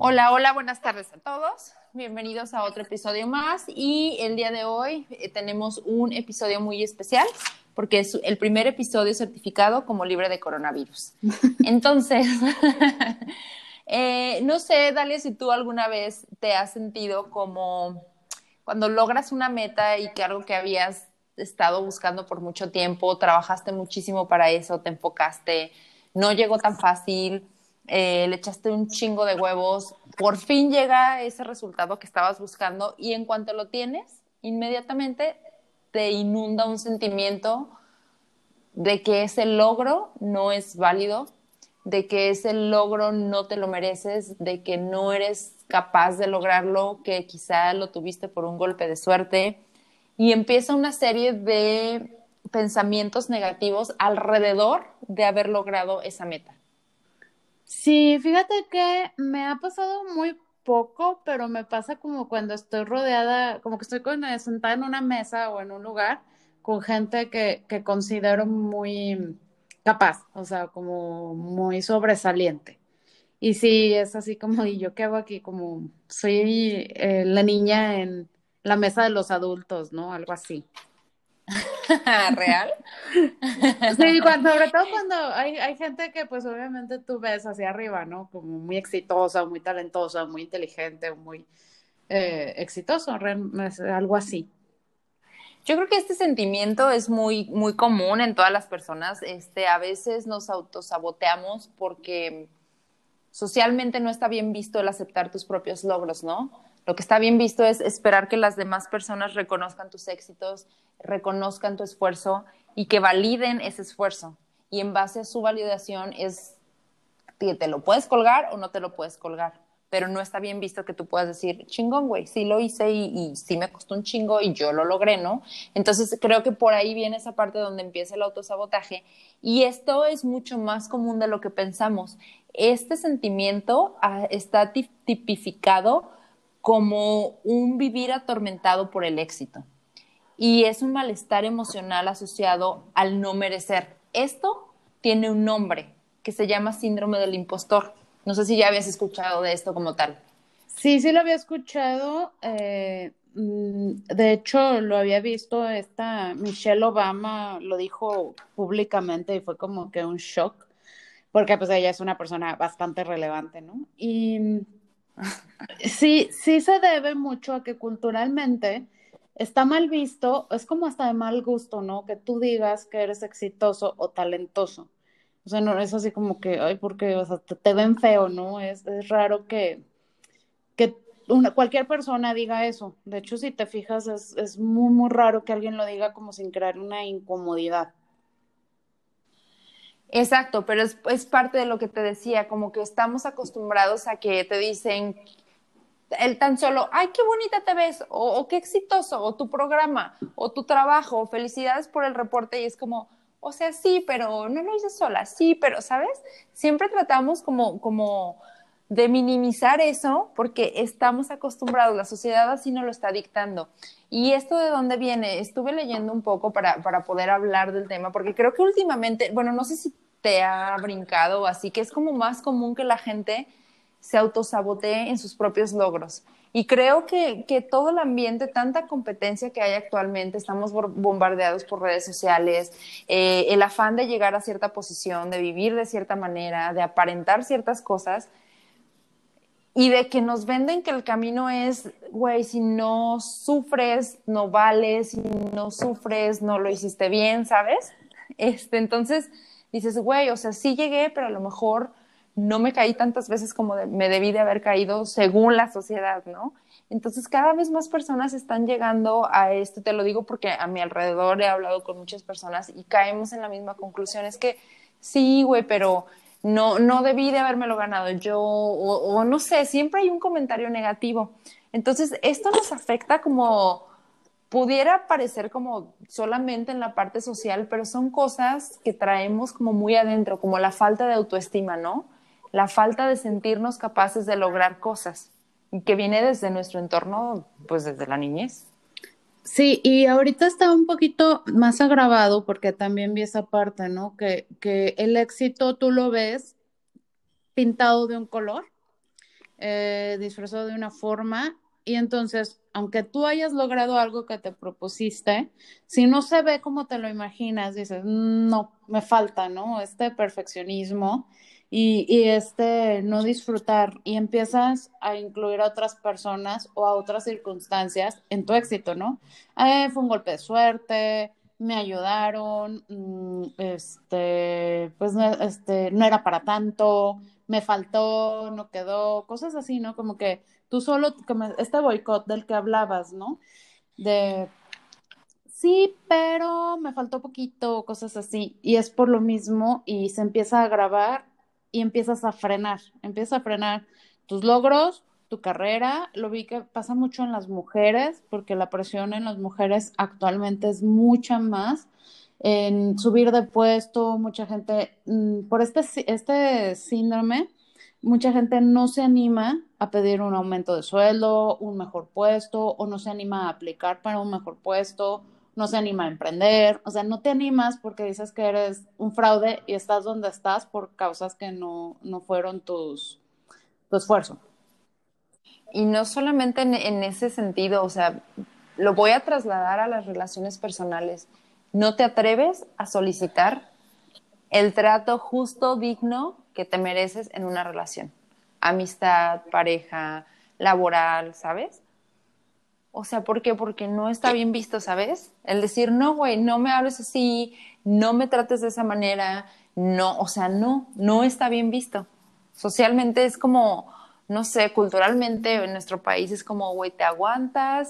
Hola, hola, buenas tardes a todos. Bienvenidos a otro episodio más y el día de hoy tenemos un episodio muy especial porque es el primer episodio certificado como libre de coronavirus. Entonces, no sé, Dalia, si tú alguna vez te has sentido como cuando logras una meta y que algo que habías estado buscando por mucho tiempo, trabajaste muchísimo para eso, te enfocaste, no llegó tan fácil, le echaste un chingo de huevos, por fin llega ese resultado que estabas buscando y en cuanto lo tienes, inmediatamente te inunda un sentimiento de que ese logro no es válido, de que ese logro no te lo mereces, de que no eres capaz de lograrlo, que quizá lo tuviste por un golpe de suerte, y empieza una serie de pensamientos negativos alrededor de haber logrado esa meta. Sí, fíjate que me ha pasado muy poco, pero me pasa como cuando estoy rodeada, como que estoy sentada en una mesa o en un lugar con gente que considero muy capaz, o sea, como muy sobresaliente. Y sí, es así como, ¿y yo qué hago aquí? Como soy la niña en la mesa de los adultos, ¿no? Algo así. ¿Real? Sí, sobre todo cuando hay gente que pues obviamente tú ves hacia arriba, ¿no? Como muy exitosa, muy talentosa, muy inteligente, muy exitoso, algo así. Yo creo que este sentimiento es muy, muy común en todas las personas. A veces nos autosaboteamos porque socialmente no está bien visto el aceptar tus propios logros, ¿no? Lo que está bien visto es esperar que las demás personas reconozcan tus éxitos, reconozcan tu esfuerzo y que validen ese esfuerzo. Y en base a su validación es que te lo puedes colgar o no te lo puedes colgar. Pero no está bien visto que tú puedas decir, chingón, güey, sí lo hice y sí me costó un chingo y yo lo logré, ¿no? Entonces creo que por ahí viene esa parte donde empieza el autosabotaje y esto es mucho más común de lo que pensamos. Este sentimiento está tipificado como un vivir atormentado por el éxito y es un malestar emocional asociado al no merecer. Esto tiene un nombre que se llama síndrome del impostor. No sé si ya habías escuchado de esto como tal. Sí, sí lo había escuchado. De hecho, lo había visto, esta Michelle Obama lo dijo públicamente y fue como que un shock, porque pues ella es una persona bastante relevante, ¿no? Y sí, sí se debe mucho a que culturalmente está mal visto, es como hasta de mal gusto, ¿no? Que tú digas que eres exitoso o talentoso. O sea, no es así como que, ay, porque, o sea, te ven feo, ¿no? Es raro que cualquier persona diga eso. De hecho, si te fijas, es muy, muy raro que alguien lo diga como sin crear una incomodidad. Exacto, pero es parte de lo que te decía, como que estamos acostumbrados a que te dicen el tan solo, ay, qué bonita te ves, o qué exitoso, o tu programa, o tu trabajo, o felicidades por el reporte, y es como, o sea, sí, pero no lo hice sola, sí, pero, ¿sabes? Siempre tratamos como de minimizar eso porque estamos acostumbrados, la sociedad así nos lo está dictando. ¿Y esto de dónde viene? Estuve leyendo un poco para poder hablar del tema, porque creo que últimamente, bueno, no sé si te ha brincado o así, que es como más común que la gente se autosabotee en sus propios logros. Y creo que todo el ambiente, tanta competencia que hay actualmente, estamos bombardeados por redes sociales, el afán de llegar a cierta posición, de vivir de cierta manera, de aparentar ciertas cosas, y de que nos venden que el camino es, güey, si no sufres, no vales, si no sufres, no lo hiciste bien, ¿sabes? Entonces dices, güey, o sea, sí llegué, pero a lo mejor no me caí tantas veces como me debí de haber caído según la sociedad, ¿no? Entonces cada vez más personas están llegando a esto, te lo digo porque a mi alrededor he hablado con muchas personas y caemos en la misma conclusión, es que sí, güey, pero no debí de habérmelo ganado yo, o no sé, siempre hay un comentario negativo. Entonces, esto nos afecta como, pudiera parecer como solamente en la parte social, pero son cosas que traemos como muy adentro, como la falta de autoestima, ¿no? La falta de sentirnos capaces de lograr cosas, y que viene desde nuestro entorno, pues desde la niñez. Sí, y ahorita está un poquito más agravado porque también vi esa parte, ¿no? Que el éxito tú lo ves pintado de un color. disfrazado de una forma y entonces, aunque tú hayas logrado algo que te propusiste, si no se ve como te lo imaginas, dices, no, me falta, ¿no? Este perfeccionismo y este no disfrutar y empiezas a incluir a otras personas o a otras circunstancias en tu éxito, ¿no? Fue un golpe de suerte, me ayudaron, pues no, no era para tanto, me faltó, no quedó, cosas así, ¿no? Como que tú solo, como este boicot del que hablabas, ¿no? De sí, pero me faltó poquito, cosas así. Y es por lo mismo y se empieza a grabar y empiezas a frenar tus logros, tu carrera. Lo vi que pasa mucho en las mujeres, porque la presión en las mujeres actualmente es mucha más en subir de puesto, mucha gente, por este síndrome, mucha gente no se anima a pedir un aumento de sueldo, un mejor puesto, o no se anima a aplicar para un mejor puesto, no se anima a emprender, o sea, no te animas porque dices que eres un fraude y estás donde estás por causas que no fueron tu esfuerzo. Y no solamente en ese sentido, o sea, lo voy a trasladar a las relaciones personales. ¿No te atreves a solicitar el trato justo, digno que te mereces en una relación? Amistad, pareja, laboral, ¿sabes? O sea, ¿por qué? Porque no está bien visto, ¿sabes? El decir, no, güey, no me hables así, no me trates de esa manera, no, o sea, no está bien visto. Socialmente es como, no sé, culturalmente en nuestro país es como, güey, te aguantas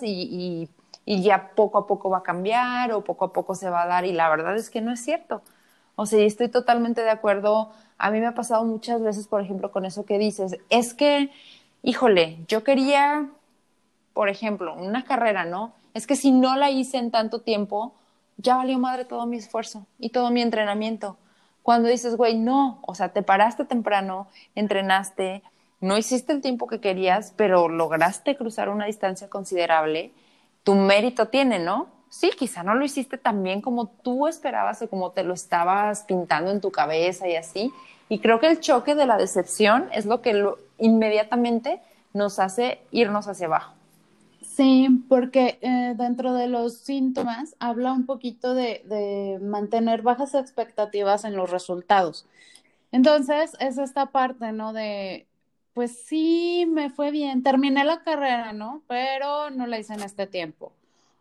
y ya poco a poco va a cambiar o poco a poco se va a dar y la verdad es que no es cierto. O sea, y estoy totalmente de acuerdo. A mí me ha pasado muchas veces, por ejemplo, con eso que dices, es que, híjole, yo quería por ejemplo, una carrera, ¿no? Es que si no la hice en tanto tiempo, ya valió madre todo mi esfuerzo y todo mi entrenamiento. Cuando dices, güey, no, o sea, te paraste temprano, entrenaste, no hiciste el tiempo que querías, pero lograste cruzar una distancia considerable, tu mérito tiene, ¿no? Sí, quizá no lo hiciste tan bien como tú esperabas o como te lo estabas pintando en tu cabeza y así. Y creo que el choque de la decepción es lo que inmediatamente nos hace irnos hacia abajo. Sí, porque dentro de los síntomas habla un poquito de mantener bajas expectativas en los resultados. Entonces, es esta parte, ¿no? De, pues sí, me fue bien, terminé la carrera, ¿no? Pero no la hice en este tiempo.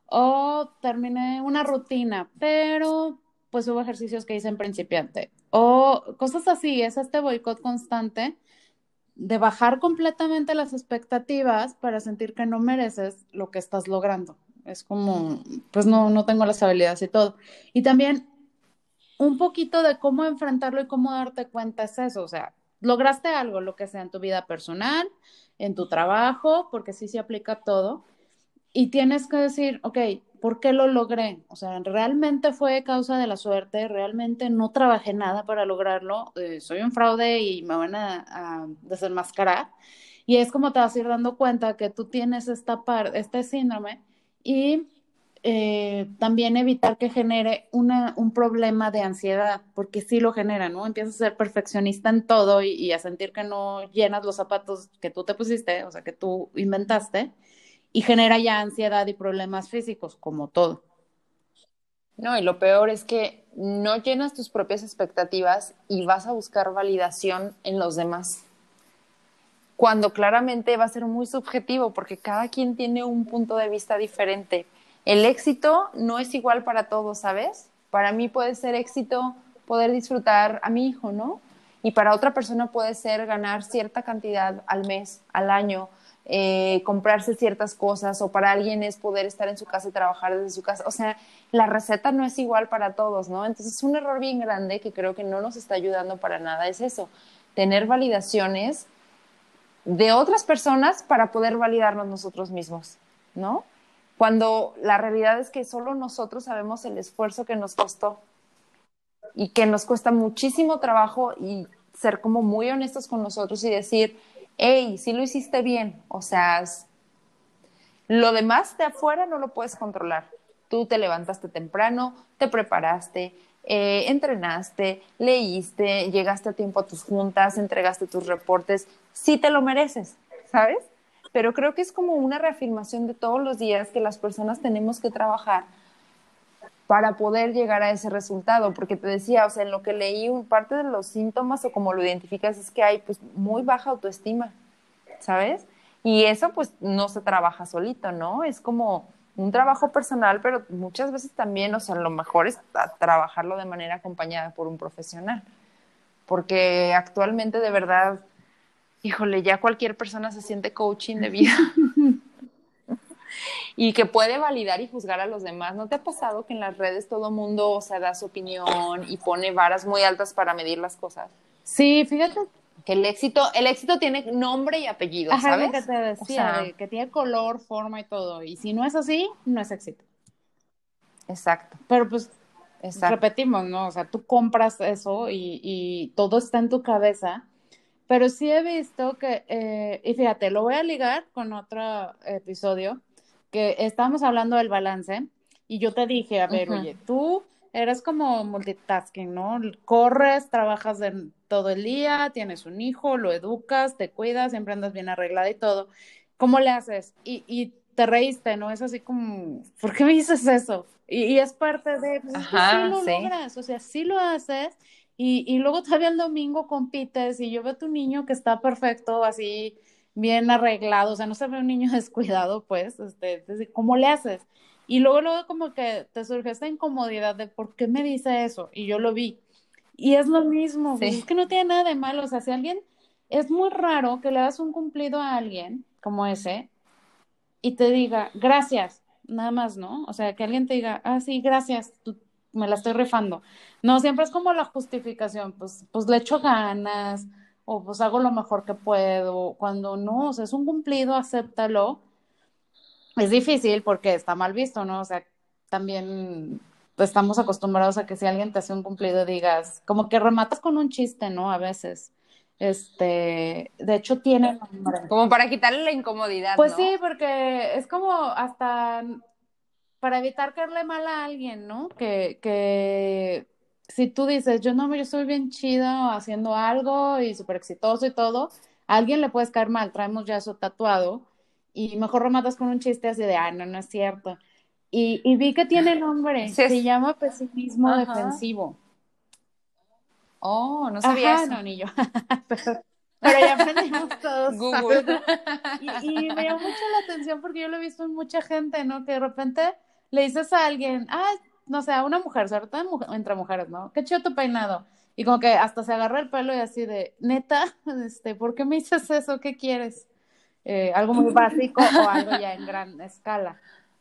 O terminé una rutina, pero pues hubo ejercicios que hice en principiante. O cosas así, es este boicot constante de bajar completamente las expectativas para sentir que no mereces lo que estás logrando. Es como, pues no tengo las habilidades y todo. Y también un poquito de cómo enfrentarlo y cómo darte cuenta es eso, o sea, lograste algo, lo que sea en tu vida personal, en tu trabajo, porque sí se aplica a todo, y tienes que decir, ok, ¿por qué lo logré? O sea, ¿realmente fue causa de la suerte? ¿Realmente no trabajé nada para lograrlo? ¿Soy un fraude y me van a desenmascarar? Y es como te vas a ir dando cuenta que tú tienes este síndrome y también evitar que genere un problema de ansiedad, porque sí lo genera, ¿no? Empiezas a ser perfeccionista en todo y a sentir que no llenas los zapatos que tú te pusiste, o sea, que tú inventaste y genera ya ansiedad y problemas físicos, como todo. No, y lo peor es que no llenas tus propias expectativas y vas a buscar validación en los demás, cuando claramente va a ser muy subjetivo porque cada quien tiene un punto de vista diferente. El éxito no es igual para todos, ¿sabes? Para mí puede ser éxito poder disfrutar a mi hijo, ¿no? Y para otra persona puede ser ganar cierta cantidad al mes, al año, comprarse ciertas cosas, o para alguien es poder estar en su casa y trabajar desde su casa. O sea, la receta no es igual para todos, ¿no? Entonces, un error bien grande que creo que no nos está ayudando para nada es eso, tener validaciones de otras personas para poder validarnos nosotros mismos, ¿no? Cuando la realidad es que solo nosotros sabemos el esfuerzo que nos costó y que nos cuesta muchísimo trabajo y ser como muy honestos con nosotros y decir, hey, sí lo hiciste bien, o sea, lo demás de afuera no lo puedes controlar. Tú te levantaste temprano, te preparaste, entrenaste, leíste, llegaste a tiempo a tus juntas, entregaste tus reportes, sí te lo mereces. ¿sabes? Pero creo que es como una reafirmación de todos los días que las personas tenemos que trabajar para poder llegar a ese resultado, porque te decía, o sea, en lo que leí, parte de los síntomas o como lo identificas es que hay pues muy baja autoestima, ¿sabes? Y eso pues no se trabaja solito, ¿no? Es como un trabajo personal, pero muchas veces también, o sea, lo mejor es trabajarlo de manera acompañada por un profesional, porque actualmente de verdad, híjole, ya cualquier persona se siente coaching de vida y que puede validar y juzgar a los demás. ¿No te ha pasado que en las redes todo mundo, o sea, da su opinión y pone varas muy altas para medir las cosas? Sí, fíjate. Que el éxito tiene nombre y apellido, Ajá, es lo que ¿sabes? te O decía, sea, de que tiene color, forma y todo. Y si no es así, no es éxito. exacto, Pero pues exacto. repetimos, ¿no? O sea, tú compras eso y todo está en tu cabeza. Pero sí he visto que, y fíjate, lo voy a ligar con otro episodio, que estábamos hablando del balance y yo te dije, a ver, Uh-huh. oye, tú eres como multitasking, ¿no? Corres, trabajas todo el día, tienes un hijo, lo educas, te cuidas, siempre andas bien arreglada y todo. ¿Cómo le haces? Y te reíste, ¿no? Es así como, ¿por qué me dices eso? Y es parte de, pues es que sí Ajá, lo sí. logras, o sea, sí lo haces y luego todavía el domingo compites y yo veo a tu niño que está perfecto, así bien arreglado, o sea, no se ve un niño descuidado, pues, ¿cómo le haces? Y luego como que te surge esta incomodidad de ¿por qué me dice eso? Y yo lo vi. Y es lo mismo, pues es Sí. que no tiene nada de malo, o sea, si alguien, es muy raro que le hagas un cumplido a alguien como ese y te diga, gracias, nada más, ¿no? O sea, que alguien te diga, ah, sí, gracias, tú, me la estoy rifando. No, siempre es como la justificación, pues le echo ganas, o pues hago lo mejor que puedo. Cuando no, o sea, es un cumplido, acéptalo. Es difícil porque está mal visto, ¿no? O sea, también estamos acostumbrados a que si alguien te hace un cumplido digas, como que rematas con un chiste, ¿no? A veces. De hecho tiene nombre. Como para quitarle la incomodidad, Pues ¿no? sí, porque es como hasta para evitar caerle mal a alguien, ¿no? Que si tú dices, yo soy bien chida haciendo algo y súper exitoso y todo, a alguien le puedes caer mal, traemos ya eso tatuado y mejor rematas con un chiste así de, no, no es cierto. Y vi que tiene nombre, Sí se es. llama pesimismo Ajá. defensivo. Oh, no sabía Ajá, eso. no, ni yo. Pero ya aprendimos todos Google. algo. Y me llamó mucho la atención porque yo lo he visto en mucha gente, ¿no? Que de repente le dices a alguien, no sé, a una mujer, sobre todo entre mujeres, ¿no? Qué chido tu peinado. Y como que hasta se agarra el pelo y así de, neta, ¿por qué me dices eso? ¿Qué quieres? ¿Algo muy básico o algo ya en gran escala?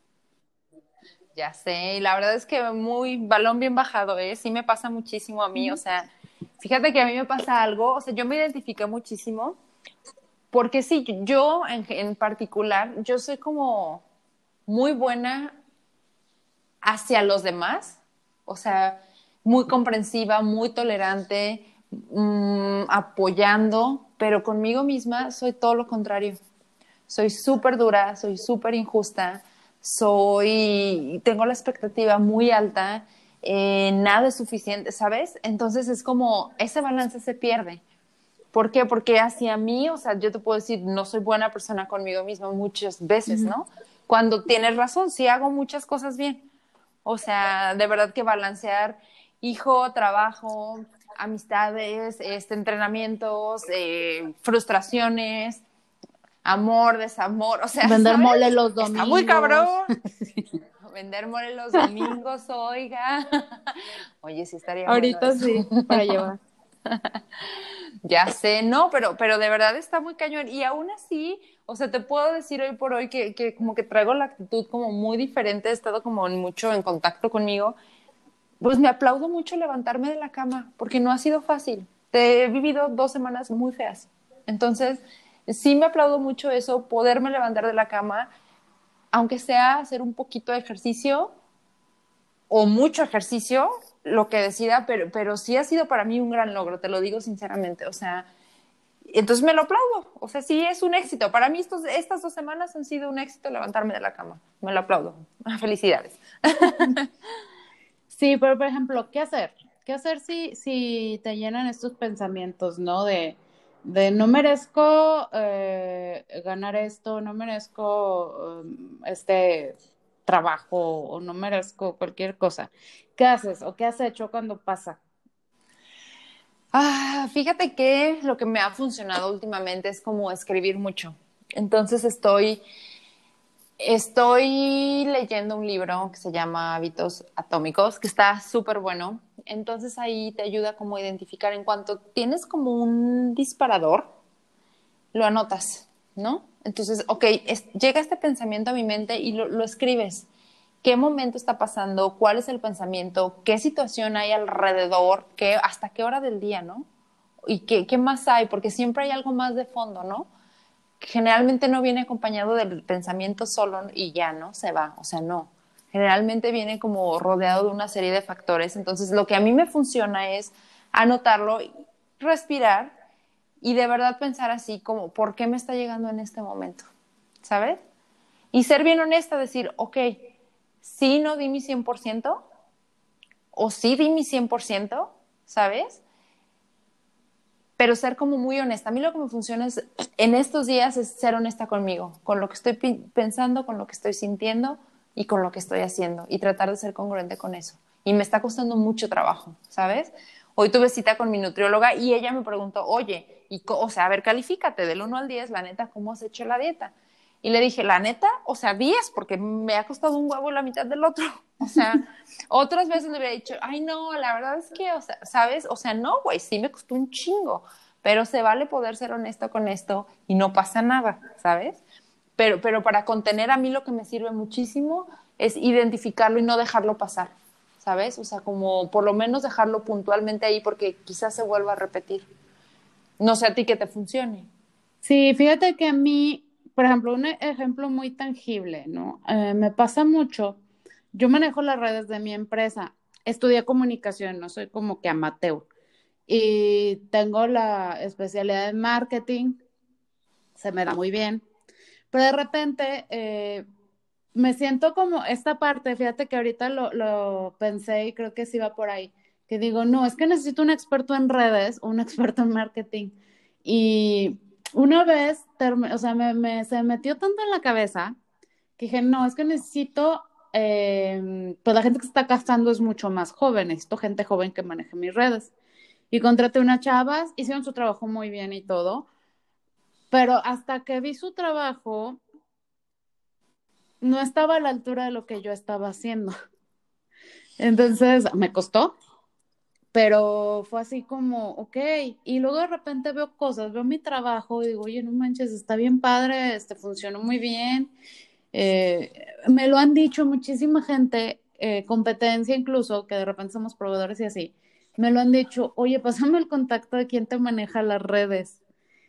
Ya sé, y la verdad es que muy balón bien bajado, ¿eh? Sí me pasa muchísimo a mí, o Ujú. sea, fíjate que a mí me pasa algo, o sea, yo me identifiqué muchísimo, porque sí, yo en particular, yo soy como muy buena hacia los demás, o sea, muy comprensiva, muy tolerante, apoyando, pero conmigo misma soy todo lo contrario. Soy súper dura, soy súper injusta, tengo la expectativa muy alta, nada es suficiente, ¿sabes? Entonces es como, ese balance se pierde. ¿Por qué? Porque hacia mí, o sea, yo te puedo decir, no soy buena persona conmigo misma muchas veces, Ujú. ¿no? Cuando tienes razón, sí hago muchas cosas bien. O sea, de verdad que balancear hijo, trabajo, amistades, entrenamientos, frustraciones, amor, desamor, o sea, Vender ¿sabes? mole los Está muy domingos. cabrón. Vender mole los domingos, oiga. Oye, sí estaría bueno Ahorita eso. sí, para llevar. Ya sé, no, pero de verdad está muy cañón. Y aún así, o sea, te puedo decir hoy por hoy que como que traigo la actitud como muy diferente, he estado como mucho en contacto conmigo. Pues me aplaudo mucho levantarme de la cama, porque no ha sido fácil. He vivido 2 semanas muy feas. Entonces, sí me aplaudo mucho eso, poderme levantar de la cama, aunque sea hacer un poquito de ejercicio o mucho ejercicio, lo que decida, pero sí ha sido para mí un gran logro, te lo digo sinceramente. O sea, entonces me lo aplaudo. O sea, sí es un éxito. Para mí estas 2 semanas han sido un éxito levantarme de la cama. Me lo aplaudo. Felicidades. Sí, pero por ejemplo, ¿qué hacer? ¿Qué hacer si te llenan estos pensamientos, ¿no? de no merezco ganar esto, no merezco este trabajo o no merezco cualquier cosa. ¿Qué haces o qué has hecho cuando pasa? Fíjate que lo que me ha funcionado últimamente es como escribir mucho. Entonces estoy leyendo un libro que se llama Hábitos Atómicos, que está súper bueno. Entonces ahí te ayuda como a identificar en cuanto tienes como un disparador, lo anotas, ¿no? Entonces, ok, llega este pensamiento a mi mente y lo escribes. ¿Qué momento está pasando? ¿Cuál es el pensamiento? ¿Qué situación hay alrededor? ¿Hasta qué hora del día, no? ¿Y qué más hay? Porque siempre hay algo más de fondo, ¿no? Generalmente no viene acompañado del pensamiento solo y ya, ¿no? Se va, o sea, no. Generalmente viene como rodeado de una serie de factores. Entonces, lo que a mí me funciona es anotarlo, respirar y de verdad pensar así como, ¿por qué me está llegando en este momento? ¿Sabes? Y ser bien honesta, decir, ok, sí no di mi 100% o sí di mi 100%, ¿sabes? Pero ser como muy honesta. A mí lo que me funciona es, en estos días es ser honesta conmigo, con lo que estoy pensando, con lo que estoy sintiendo y con lo que estoy haciendo y tratar de ser congruente con eso. Y me está costando mucho trabajo, ¿sabes? Hoy tuve cita con mi nutrióloga y ella me preguntó, oye, o sea, a ver, califícate del 1 al 10, la neta, ¿cómo has hecho la dieta? Y le dije, la neta, o sea, 10, porque me ha costado un huevo la mitad del otro. O sea, otras veces le hubiera dicho, ay, no, la verdad es que, o sea, ¿sabes? O sea, no, güey, sí me costó un chingo, pero se vale poder ser honesto con esto y no pasa nada, ¿sabes? Pero para contener a mí lo que me sirve muchísimo es identificarlo y no dejarlo pasar, ¿sabes? O sea, como por lo menos dejarlo puntualmente ahí porque quizás se vuelva a repetir. No sé a ti que te funcione. Sí, fíjate que a mí, por ejemplo, un ejemplo muy tangible, ¿no? Me pasa mucho. Yo manejo las redes de mi empresa. Estudié comunicación, no soy como que amateur. Y tengo la especialidad en marketing, se me da muy bien. Pero de repente me siento como esta parte, fíjate que ahorita lo pensé y creo que sí va por ahí, que digo, no, es que necesito un experto en redes, un experto en marketing. Y una vez, o sea, se me metió tanto en la cabeza que dije, no, es que necesito, pues la gente que se está casando es mucho más joven, necesito gente joven que maneje mis redes. Y contraté unas chavas, hicieron su trabajo muy bien y todo, pero hasta que vi su trabajo, no estaba a la altura de lo que yo estaba haciendo. Entonces me costó, pero fue así como, ok. Y luego de repente veo cosas, veo mi trabajo y digo, oye, no manches, está bien padre, funcionó muy bien. Eh, Me lo han dicho muchísima gente, competencia incluso, que de repente somos proveedores y así. Me lo han dicho, oye, pásame el contacto de quien te maneja las redes.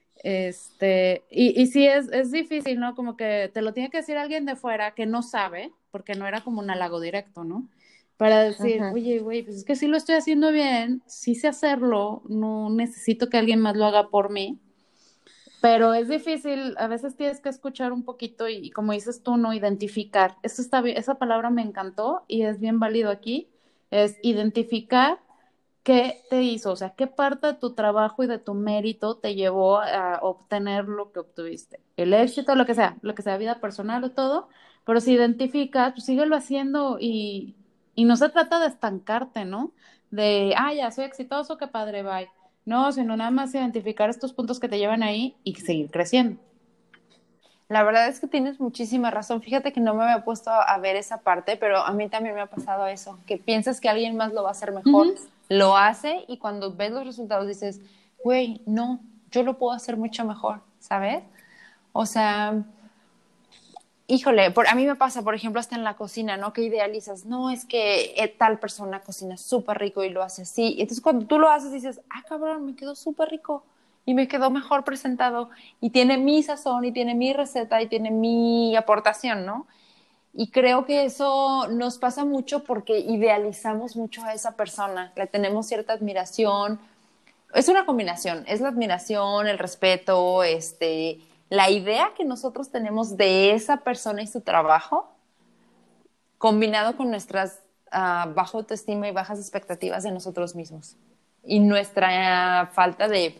Y sí es difícil, ¿no? Como que te lo tiene que decir alguien de fuera que no sabe, porque no era como un halago directo, ¿no? Para decir, Ujú. oye, güey, pues es que sí lo estoy haciendo bien, sí sé hacerlo, no necesito que alguien más lo haga por mí, pero es difícil, a veces tienes que escuchar un poquito y como dices tú, no identificar. Eso está bien, esa palabra me encantó y es bien válido aquí, es identificar qué te hizo, o sea, qué parte de tu trabajo y de tu mérito te llevó a obtener lo que obtuviste. El éxito, lo que sea vida personal o todo, pero si identificas, pues síguelo haciendo y no se trata de estancarte, ¿no? De, ya soy exitoso, qué padre, bye. No, sino nada más identificar estos puntos que te llevan ahí y seguir creciendo. La verdad es que tienes muchísima razón. Fíjate que no me había puesto a ver esa parte, pero a mí también me ha pasado eso, que piensas que alguien más lo va a hacer mejor, Ujú. lo hace y cuando ves los resultados dices, güey, no, yo lo puedo hacer mucho mejor, ¿sabes? O sea, híjole, a mí me pasa, por ejemplo, hasta en la cocina, ¿no? Que idealizas, no, es que tal persona cocina súper rico y lo hace así. Y entonces cuando tú lo haces dices, cabrón, me quedó súper rico y me quedó mejor presentado y tiene mi sazón y tiene mi receta y tiene mi aportación, ¿no? Y creo que eso nos pasa mucho porque idealizamos mucho a esa persona, le tenemos cierta admiración, es una combinación, es la admiración, el respeto, la idea que nosotros tenemos de esa persona y su trabajo, combinado con nuestras baja autoestima y bajas expectativas de nosotros mismos. Y nuestra falta de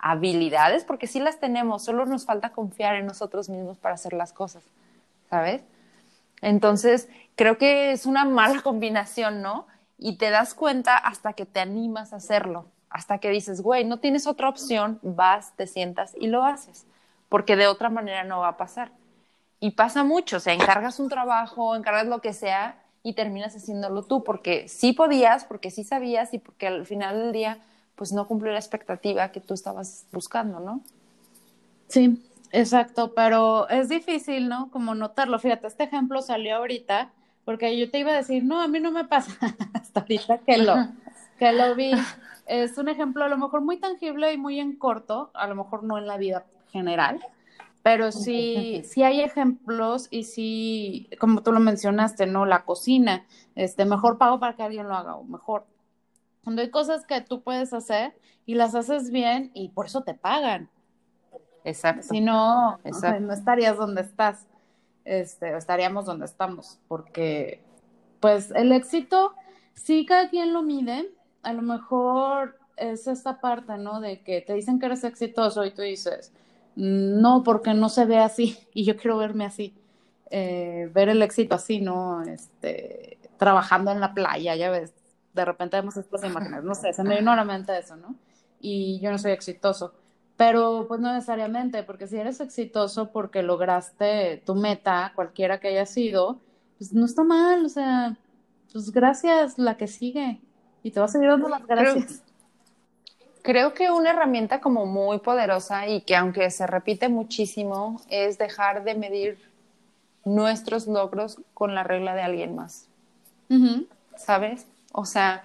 habilidades, porque sí las tenemos, solo nos falta confiar en nosotros mismos para hacer las cosas, ¿sabes? Entonces, creo que es una mala combinación, ¿no? Y te das cuenta hasta que te animas a hacerlo, hasta que dices, güey, no tienes otra opción, vas, te sientas y lo haces, porque de otra manera no va a pasar. Y pasa mucho, o sea, encargas un trabajo, encargas lo que sea y terminas haciéndolo tú, porque sí podías, porque sí sabías y porque al final del día, pues no cumplió la expectativa que tú estabas buscando, ¿no? Sí, exacto, pero es difícil, ¿no? Como notarlo. Fíjate, este ejemplo salió ahorita, porque yo te iba a decir, no, a mí no me pasa, hasta ahorita que lo vi. Es un ejemplo a lo mejor muy tangible y muy en corto, a lo mejor no en la vida general, pero sí, sí hay ejemplos y sí, como tú lo mencionaste, ¿no? La cocina, mejor pago para que alguien lo haga, o mejor. Cuando hay cosas que tú puedes hacer y las haces bien y por eso te pagan. Exacto, Si no, exacto. no estarías donde estás, estaríamos donde estamos, porque pues el éxito, sí cada quien lo mide, a lo mejor es esta parte, ¿no? De que te dicen que eres exitoso y tú dices, no, porque no se ve así y yo quiero verme así. Ver el éxito así, ¿no? Trabajando en la playa, ya ves, de repente vemos estas imágenes, no sé, se me vino a la mente eso, ¿no? Y yo no soy exitoso. Pero pues no necesariamente, porque si eres exitoso porque lograste tu meta, cualquiera que haya sido, pues no está mal, o sea, pues gracias, la que sigue. Y te va a seguir dando las Creo, gracias. creo que una herramienta como muy poderosa y que aunque se repite muchísimo es dejar de medir nuestros logros con la regla de alguien más, Ujú. ¿sabes? O sea,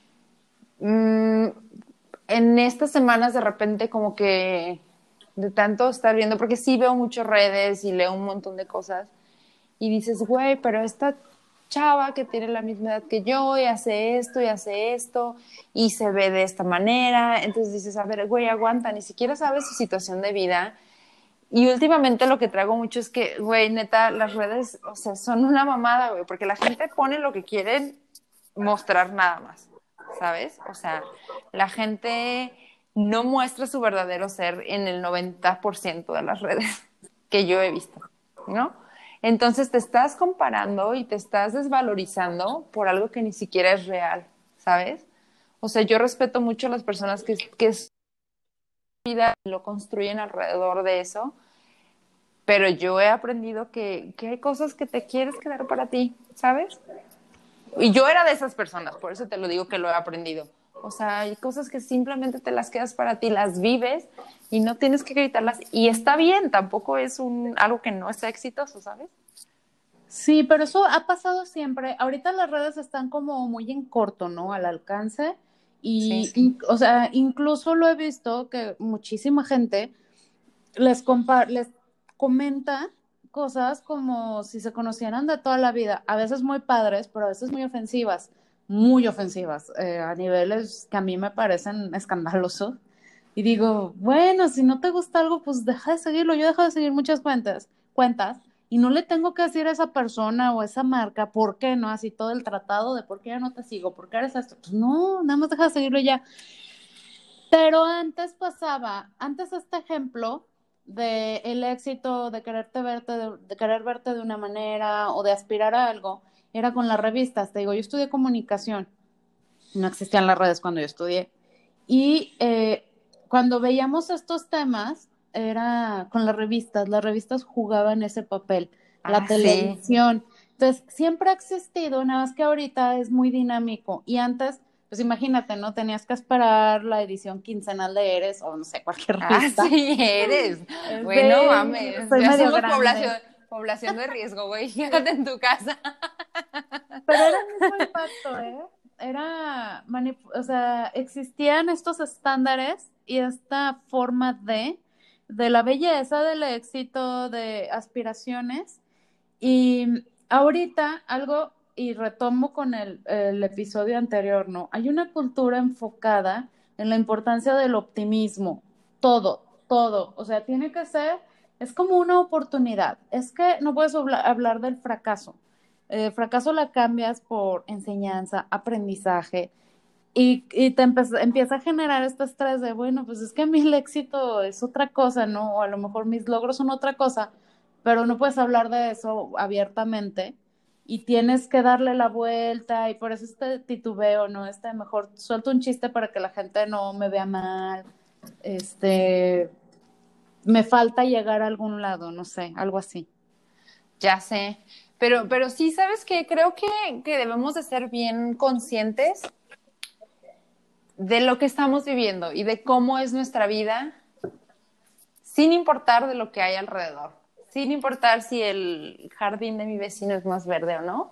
mmm, en estas semanas de repente como que de tanto estar viendo, porque sí veo muchas redes y leo un montón de cosas, y dices, güey, pero esta chava que tiene la misma edad que yo y hace esto y se ve de esta manera, entonces dices, a ver, güey, aguanta, ni siquiera sabes su situación de vida. Y últimamente lo que traigo mucho es que, güey, neta, las redes, o sea, son una mamada, güey, porque la gente pone lo que quieren mostrar nada más, ¿sabes? O sea, la gente no muestra su verdadero ser en el 90% de las redes que yo he visto, ¿no? Entonces te estás comparando y te estás desvalorizando por algo que ni siquiera es real, ¿sabes? O sea, yo respeto mucho a las personas que su vida lo construyen alrededor de eso, pero yo he aprendido que hay cosas que te quieres quedar para ti, ¿sabes? Y yo era de esas personas, por eso te lo digo que lo he aprendido. O sea, hay cosas que simplemente te las quedas para ti, las vives y no tienes que gritarlas. Y está bien, tampoco es algo que no sea exitoso, ¿sabes? Sí, pero eso ha pasado siempre. Ahorita las redes están como muy en corto, ¿no? Al alcance. Sí. O sea, incluso lo he visto que muchísima gente les comenta cosas como si se conocieran de toda la vida, a veces muy padres, pero a veces muy ofensivas, a niveles que a mí me parecen escandalosos. Y digo, bueno, si no te gusta algo, pues deja de seguirlo. Yo dejo de seguir muchas cuentas, y no le tengo que decir a esa persona o a esa marca, ¿por qué no? Así todo el tratado de por qué ya no te sigo, por qué eres esto. Pues no, nada más deja de seguirlo y ya. Pero antes pasaba, antes este ejemplo de el éxito, de de querer verte de una manera o de aspirar a algo, era con las revistas. Te digo, yo estudié comunicación, no existían las redes cuando yo estudié. Y cuando veíamos estos temas, era con las revistas jugaban ese papel, la Ah, sí. televisión. Entonces, siempre ha existido, nada más que ahorita es muy dinámico. Y antes, pues imagínate, ¿no? Tenías que esperar la edición quincenal de Eres o no sé, cualquier Ah, revista. sí, eres. Bueno, Sí, mames, soy ya medio somos grande. población de riesgo, güey. Quédate Sí. en tu casa. Pero era el mismo impacto, ¿eh? O sea, existían estos estándares y esta forma de la belleza, del éxito, de aspiraciones. Y ahorita algo, y retomo con el episodio anterior, ¿no? Hay una cultura enfocada en la importancia del optimismo. Todo, todo. O sea, tiene que ser, es como una oportunidad. Es que no puedes hablar del fracaso. El fracaso la cambias por enseñanza, aprendizaje. y te empieza a generar este estrés de, bueno, pues es que a mí el éxito es otra cosa, ¿no? O a lo mejor mis logros son otra cosa, pero no puedes hablar de eso abiertamente y tienes que darle la vuelta y por eso este titubeo, ¿no? Este mejor suelto un chiste para que la gente no me vea mal, este, me falta llegar a algún lado, no sé, algo así. Ya sé, pero sí, ¿sabes qué? Creo que debemos de ser bien conscientes de lo que estamos viviendo y de cómo es nuestra vida, sin importar de lo que hay alrededor, sin importar si el jardín de mi vecino es más verde o no.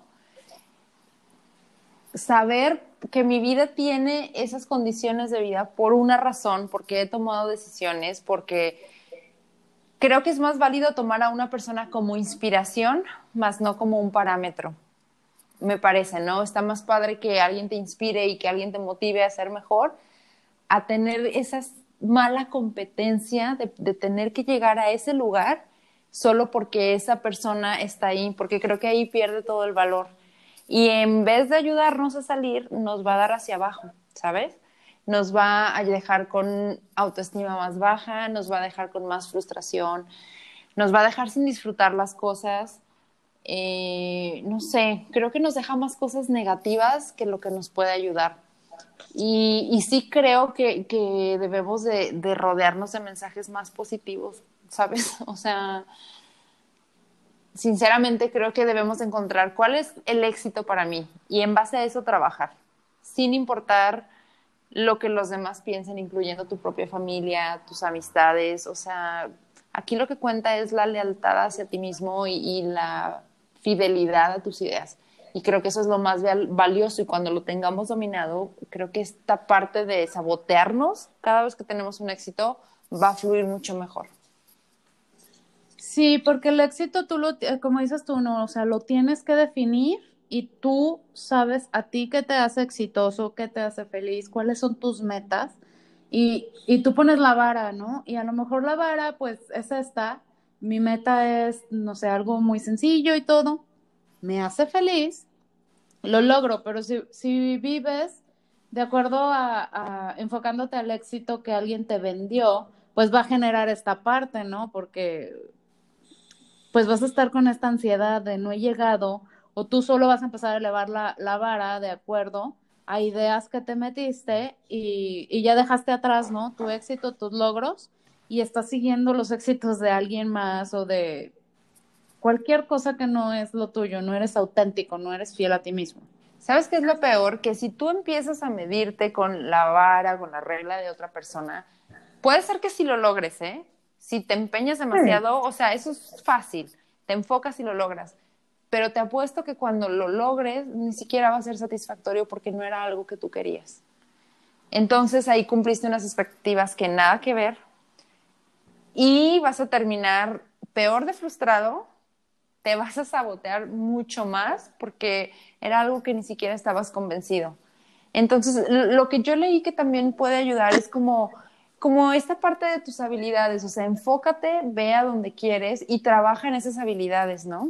Saber que mi vida tiene esas condiciones de vida por una razón, porque he tomado decisiones, porque creo que es más válido tomar a una persona como inspiración, más no como un parámetro. Me parece, ¿no? Está más padre que alguien te inspire y que alguien te motive a ser mejor, a tener esa mala competencia de tener que llegar a ese lugar solo porque esa persona está ahí, porque creo que ahí pierde todo el valor. Y en vez de ayudarnos a salir, nos va a dar hacia abajo, ¿sabes? Nos va a dejar con autoestima más baja, nos va a dejar con más frustración, nos va a dejar sin disfrutar las cosas. No sé, creo que nos deja más cosas negativas que lo que nos puede ayudar. Y sí creo que debemos de rodearnos de mensajes más positivos, ¿sabes? O sea, sinceramente creo que debemos encontrar cuál es el éxito para mí y en base a eso trabajar, sin importar lo que los demás piensen, incluyendo tu propia familia, tus amistades. O sea, aquí lo que cuenta es la lealtad hacia ti mismo y la fidelidad a tus ideas. Y creo que eso es lo más valioso y cuando lo tengamos dominado, creo que esta parte de sabotearnos cada vez que tenemos un éxito va a fluir mucho mejor. Sí, porque el éxito tú como dices tú, no, o sea, lo tienes que definir y tú sabes a ti qué te hace exitoso, qué te hace feliz, cuáles son tus metas y tú pones la vara, ¿no? Y a lo mejor la vara, pues es esta, mi meta es, no sé, algo muy sencillo y todo, me hace feliz, lo logro, pero si vives de acuerdo a enfocándote al éxito que alguien te vendió, pues va a generar esta parte, ¿no? Porque pues vas a estar con esta ansiedad de no he llegado, o tú solo vas a empezar a elevar la vara de acuerdo a ideas que te metiste y ya dejaste atrás, ¿no? Tu éxito, tus logros, y estás siguiendo los éxitos de alguien más o de cualquier cosa que no es lo tuyo, no eres auténtico, no eres fiel a ti mismo. ¿Sabes qué es lo peor? Que si tú empiezas a medirte con la vara, con la regla de otra persona, puede ser que sí lo logres, ¿eh? Si te empeñas Sí. demasiado, o sea, eso es fácil, te enfocas y lo logras. Pero te apuesto que cuando lo logres, ni siquiera va a ser satisfactorio porque no era algo que tú querías. Entonces ahí cumpliste unas expectativas que nada que ver y vas a terminar peor de frustrado, te vas a sabotear mucho más porque era algo que ni siquiera estabas convencido. Entonces, lo que yo leí que también puede ayudar es como esta parte de tus habilidades, o sea, enfócate, ve a donde quieres y trabaja en esas habilidades, ¿no?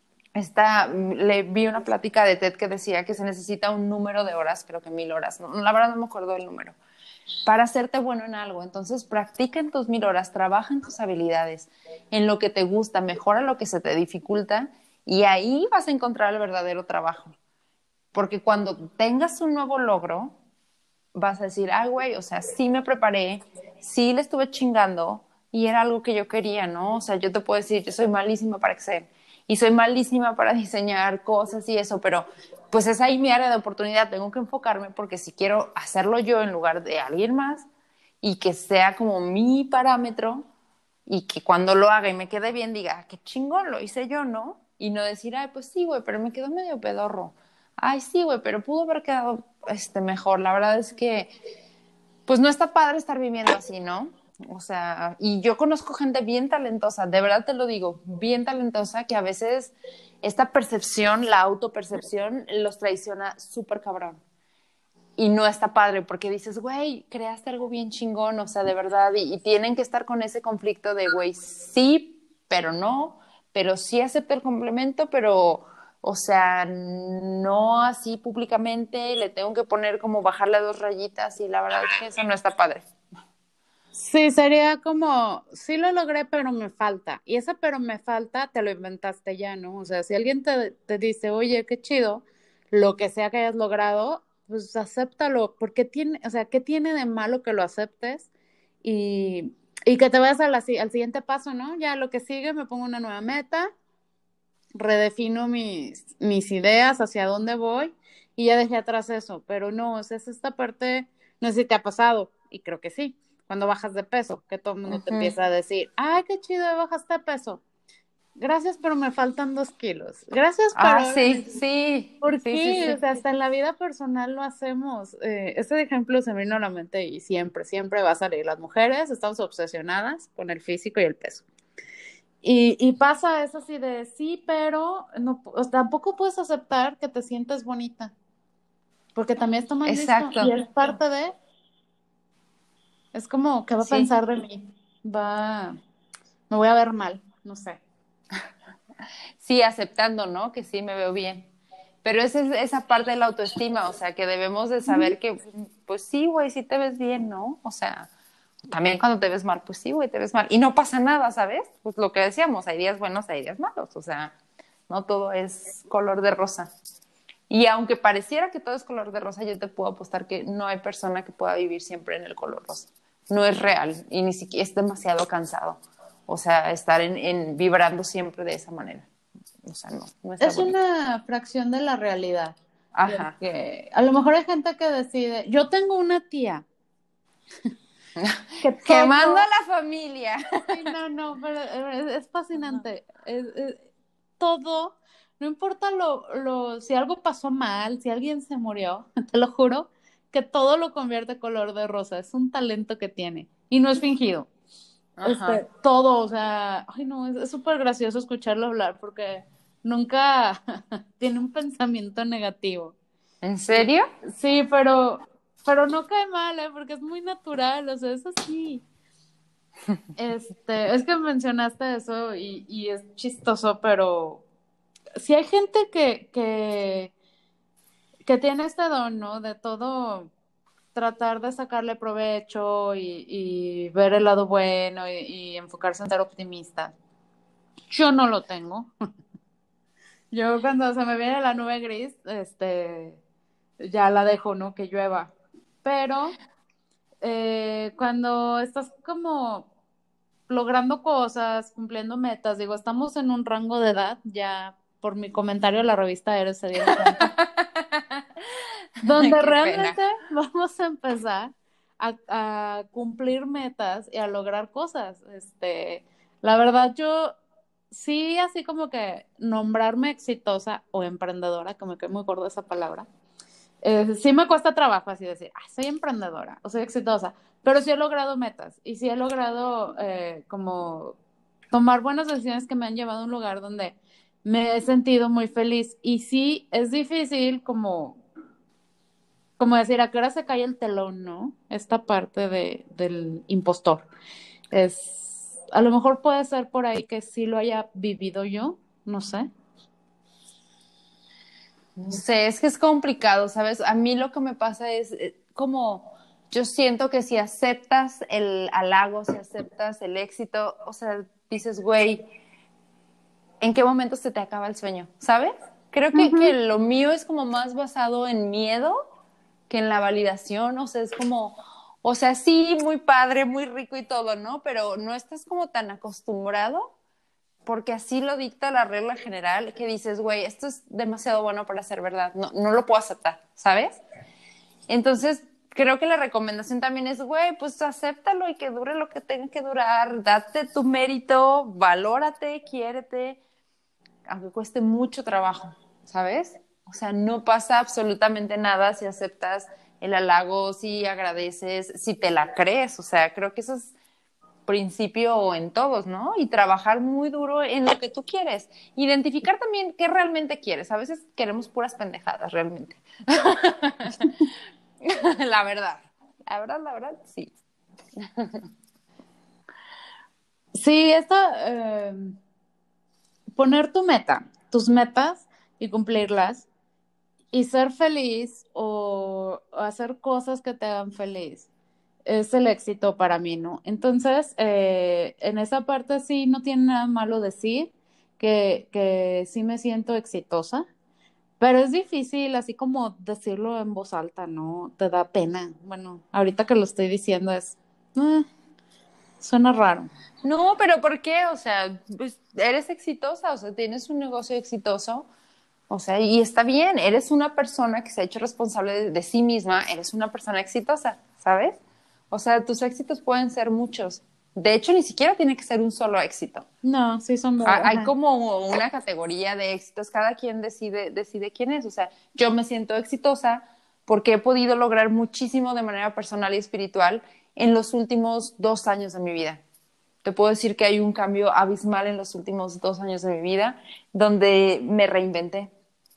Le vi una plática de TED que decía que se necesita un número de horas, creo que 1000 horas, ¿no? La verdad no me acuerdo del número, para hacerte bueno en algo. Entonces, practica en tus 1000 horas, trabaja en tus habilidades, en lo que te gusta, mejora lo que se te dificulta y ahí vas a encontrar el verdadero trabajo. Porque cuando tengas un nuevo logro, vas a decir, ah, güey, o sea, sí me preparé, sí le estuve chingando y era algo que yo quería, ¿no? O sea, yo te puedo decir, yo soy malísima para Excel y soy malísima para diseñar cosas y eso, pero pues es ahí mi área de oportunidad, tengo que enfocarme porque si quiero hacerlo yo en lugar de alguien más y que sea como mi parámetro y que cuando lo haga y me quede bien diga, ah, qué chingón, lo hice yo, ¿no? Y no decir, ay, pues sí, güey, pero me quedó medio pedorro. Ay, sí, güey, pero pudo haber quedado mejor. La verdad es que, pues no está padre estar viviendo así, ¿no? O sea, y yo conozco gente bien talentosa, de verdad te lo digo, bien talentosa, que a veces esta percepción, la autopercepción, los traiciona súper cabrón. Y no está padre porque dices, güey, creaste algo bien chingón, o sea, de verdad, y tienen que estar con ese conflicto de, güey, sí, pero no, pero sí acepto el complemento, pero, O sea, no así públicamente, le tengo que poner como bajarle 2 rayitas y la verdad es que eso no está padre. Sí, sería como, sí lo logré, pero me falta. Y ese pero me falta, te lo inventaste ya, ¿no? O sea, si alguien te dice, oye, qué chido, lo que sea que hayas logrado, pues acéptalo, porque tiene, o sea, ¿qué tiene de malo que lo aceptes y que te vayas al siguiente paso, ¿no? Ya lo que sigue, me pongo una nueva meta, redefino mis ideas, hacia dónde voy, y ya dejé atrás eso, pero no, o sea, es esta parte, no sé si te ha pasado, y creo que sí, cuando bajas de peso, que todo el mundo te Ujú. empieza a decir, ay, qué chido, bajaste de peso, gracias, pero me faltan 2 kilos, gracias, pero Ah, sí, sí, ¿por sí, sí, qué? O sí. sea, hasta en la vida personal lo hacemos. Ese ejemplo se me vino a la mente y siempre, siempre va a salir. Las mujeres estamos obsesionadas con el físico y el peso. Y pasa eso así de sí, pero no, o sea, tampoco puedes aceptar que te sientes bonita, porque también está mal visto Exacto, y es parte de, es como, ¿qué va a sí. pensar de mí? Me voy a ver mal, no sé. Sí, aceptando, ¿no? Que sí me veo bien. Pero esa es esa parte de la autoestima, o sea, que debemos de saber que, pues sí, güey, sí te ves bien, ¿no? O sea, también cuando te ves mal, pues sí, güey, te ves mal. Y no pasa nada, ¿sabes? Pues lo que decíamos, hay días buenos, hay días malos, o sea, no todo es color de rosa. Y aunque pareciera que todo es color de rosa, yo te puedo apostar que no hay persona que pueda vivir siempre en el color rosa. No es real y ni siquiera es demasiado cansado. O sea, estar vibrando siempre de esa manera. O sea, no, no está Es bonito. una fracción de la realidad, Ajá. porque a lo mejor hay gente que decide, yo tengo una tía que Quemando a todo, la familia. sí, no, no, pero es fascinante. Todo, no importa si algo pasó mal, si alguien se murió, te lo juro, que todo lo convierte color de rosa. Es un talento que tiene. Y no es fingido. Ajá. Todo, o sea, ay no, es súper gracioso escucharlo hablar porque nunca tiene un pensamiento negativo. ¿En serio? Sí, pero no cae mal, ¿eh? Porque es muy natural, o sea, es así. Es que mencionaste eso y es chistoso, pero si hay gente que tiene este don, ¿no? De todo tratar de sacarle provecho y ver el lado bueno y enfocarse en ser optimista. Yo no lo tengo. Yo cuando se me viene la nube gris, ya la dejo, ¿no? Que llueva. Pero cuando estás como logrando cosas, cumpliendo metas, digo, estamos en un rango de edad, ya por mi comentario a la revista Eres se dieron cuenta, donde Qué pena. realmente vamos a empezar a cumplir metas y a lograr cosas. La verdad, yo sí, así como que nombrarme exitosa o emprendedora, que me quedé muy gorda esa palabra, sí me cuesta trabajo así decir, "Ay, soy emprendedora o soy exitosa, pero sí he logrado metas y sí he logrado como tomar buenas decisiones que me han llevado a un lugar donde me he sentido muy feliz y sí es difícil como decir a qué hora se cae el telón, ¿no? Esta parte del impostor. A lo mejor puede ser por ahí que sí lo haya vivido yo, no sé. No sé, es que es complicado, ¿sabes? A mí lo que me pasa es como yo siento que si aceptas el halago, si aceptas el éxito, o sea, dices, güey, ¿en qué momento se te acaba el sueño? ¿Sabes? Creo que Ujú. lo mío es como más basado en miedo que en la validación, o sea, es como, o sea, sí, muy padre, muy rico y todo, ¿no? Pero no estás como tan acostumbrado porque así lo dicta la regla general que dices, güey, esto es demasiado bueno para ser verdad, no, no lo puedo aceptar, ¿sabes? Entonces, creo que la recomendación también es, güey, pues acéptalo y que dure lo que tenga que durar, date tu mérito, valórate, quiérete, aunque cueste mucho trabajo, ¿sabes? O sea, no pasa absolutamente nada si aceptas el halago, si agradeces, si te la crees, o sea, creo que eso es principio en todos, ¿no? Y trabajar muy duro en lo que tú quieres. Identificar también qué realmente quieres. A veces queremos puras pendejadas, realmente. La verdad. La verdad, sí. Sí, poner tus metas y cumplirlas y ser feliz o hacer cosas que te hagan feliz es el éxito para mí, ¿no? Entonces, en esa parte sí no tiene nada malo decir que sí me siento exitosa, pero es difícil así como decirlo en voz alta, ¿no? Te da pena. Bueno, ahorita que lo estoy diciendo eh, suena raro. No, pero ¿por qué? O sea, pues eres exitosa, o sea, tienes un negocio exitoso, o sea, y está bien, eres una persona que se ha hecho responsable de sí misma, eres una persona exitosa, ¿sabes? O sea, tus éxitos pueden ser muchos. De hecho, ni siquiera tiene que ser un solo éxito. No, sí son varios. Hay Ajá. como una categoría de éxitos, cada quien decide quién es. O sea, yo me siento exitosa porque he podido lograr muchísimo de manera personal y espiritual en los últimos 2 años de mi vida. Te puedo decir que hay un cambio abismal en los últimos 2 años de mi vida, donde me reinventé.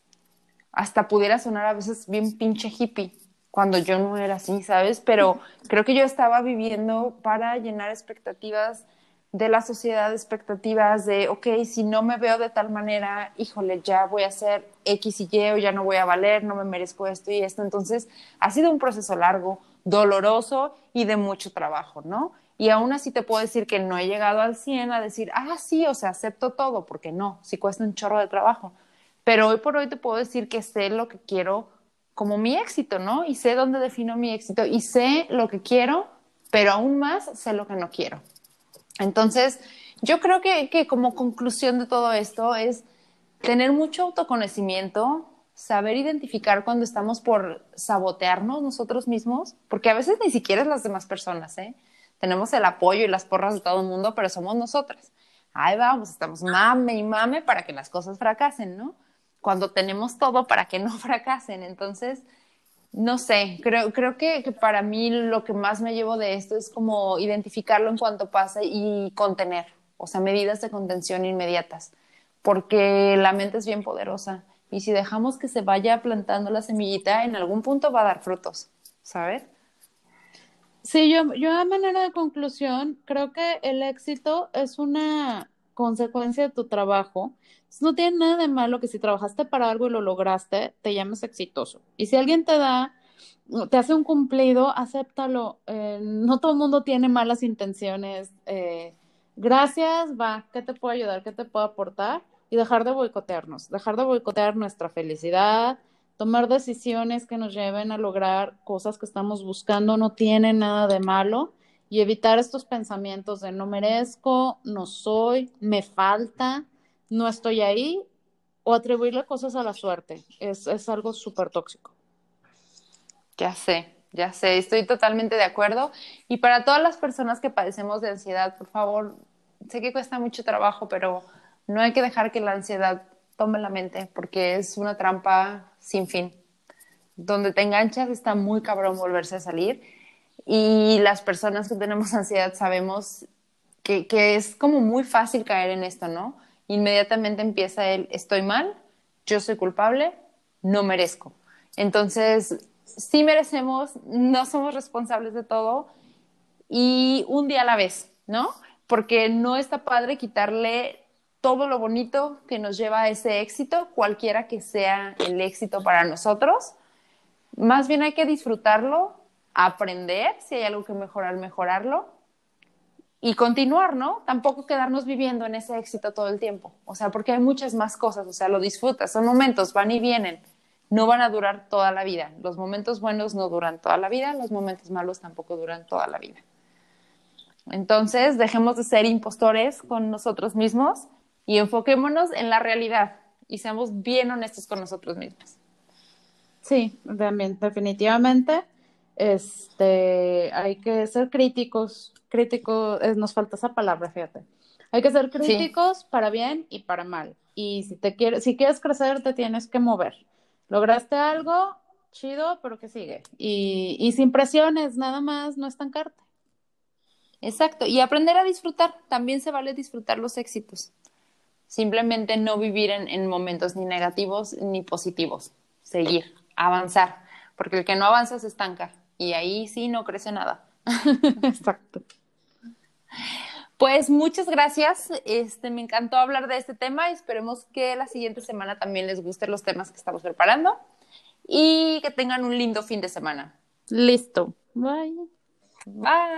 Hasta pudiera sonar a veces bien pinche hippie, cuando yo no era así, ¿sabes? Pero creo que yo estaba viviendo para llenar expectativas de la sociedad, expectativas de, ok, si no me veo de tal manera, híjole, ya voy a hacer X y Y o ya no voy a valer, no me merezco esto y esto. Entonces, ha sido un proceso largo, doloroso y de mucho trabajo, ¿no? Y aún así te puedo decir que no he llegado al 100 a decir, sí, o sea, acepto todo, porque no, sí cuesta un chorro de trabajo. Pero hoy por hoy te puedo decir que sé lo que quiero como mi éxito, ¿no? Y sé dónde defino mi éxito y sé lo que quiero, pero aún más sé lo que no quiero. Entonces, yo creo que como conclusión de todo esto es tener mucho autoconocimiento, saber identificar cuando estamos por sabotearnos nosotros mismos, porque a veces ni siquiera es las demás personas, ¿eh? Tenemos el apoyo y las porras de todo el mundo, pero somos nosotras. Ahí vamos, estamos mame y mame para que las cosas fracasen, ¿no? Cuando tenemos todo para que no fracasen. Entonces, no sé, creo que para mí lo que más me llevo de esto es como identificarlo en cuanto pase y contener, o sea, medidas de contención inmediatas, porque la mente es bien poderosa y si dejamos que se vaya plantando la semillita, en algún punto va a dar frutos, ¿sabes? Sí, yo a manera de conclusión, creo que el éxito es una consecuencia de tu trabajo. Entonces, no tiene nada de malo que si trabajaste para algo y lo lograste, te llames exitoso. Y si alguien te hace un cumplido, acéptalo. No todo el mundo tiene malas intenciones. Gracias, va, ¿qué te puedo ayudar? ¿Qué te puedo aportar? Y dejar de boicotearnos, dejar de boicotear nuestra felicidad, tomar decisiones que nos lleven a lograr cosas que estamos buscando no tiene nada de malo y evitar estos pensamientos de no merezco, no soy, me falta, no estoy ahí o atribuirle cosas a la suerte. Es algo súper tóxico. Ya sé, estoy totalmente de acuerdo. Y para todas las personas que padecemos de ansiedad, por favor, sé que cuesta mucho trabajo, pero no hay que dejar que la ansiedad tome la mente, porque es una trampa sin fin. Donde te enganchas está muy cabrón volverse a salir. Y las personas que tenemos ansiedad sabemos que es como muy fácil caer en esto, ¿no? Inmediatamente empieza el estoy mal, yo soy culpable, no merezco. Entonces, sí merecemos, no somos responsables de todo y un día a la vez, ¿no? Porque no está padre quitarle todo lo bonito que nos lleva a ese éxito, cualquiera que sea el éxito para nosotros. Más bien hay que disfrutarlo, aprender, si hay algo que mejorar, mejorarlo y continuar, ¿no? Tampoco quedarnos viviendo en ese éxito todo el tiempo. O sea, porque hay muchas más cosas, o sea, lo disfrutas, son momentos, van y vienen, no van a durar toda la vida. Los momentos buenos no duran toda la vida, los momentos malos tampoco duran toda la vida. Entonces, dejemos de ser impostores con nosotros mismos y enfoquémonos en la realidad y seamos bien honestos con nosotros mismos. Sí, también, definitivamente. Hay que ser críticos, nos falta esa palabra, fíjate. Hay que ser Sí, críticos para bien y para mal. Y si quieres crecer, te tienes que mover. Lograste algo, chido, pero que sigue. Y sin presiones, nada más, no estancarte. exacto. Y aprender a disfrutar. También se vale disfrutar los éxitos. Simplemente no vivir en momentos ni negativos ni positivos. Seguir, avanzar. Porque el que no avanza se estanca. Y ahí sí no crece nada. Exacto. Pues muchas gracias. Me encantó hablar de este tema y esperemos que la siguiente semana también les gusten los temas que estamos preparando y que tengan un lindo fin de semana. Listo. Bye. Bye.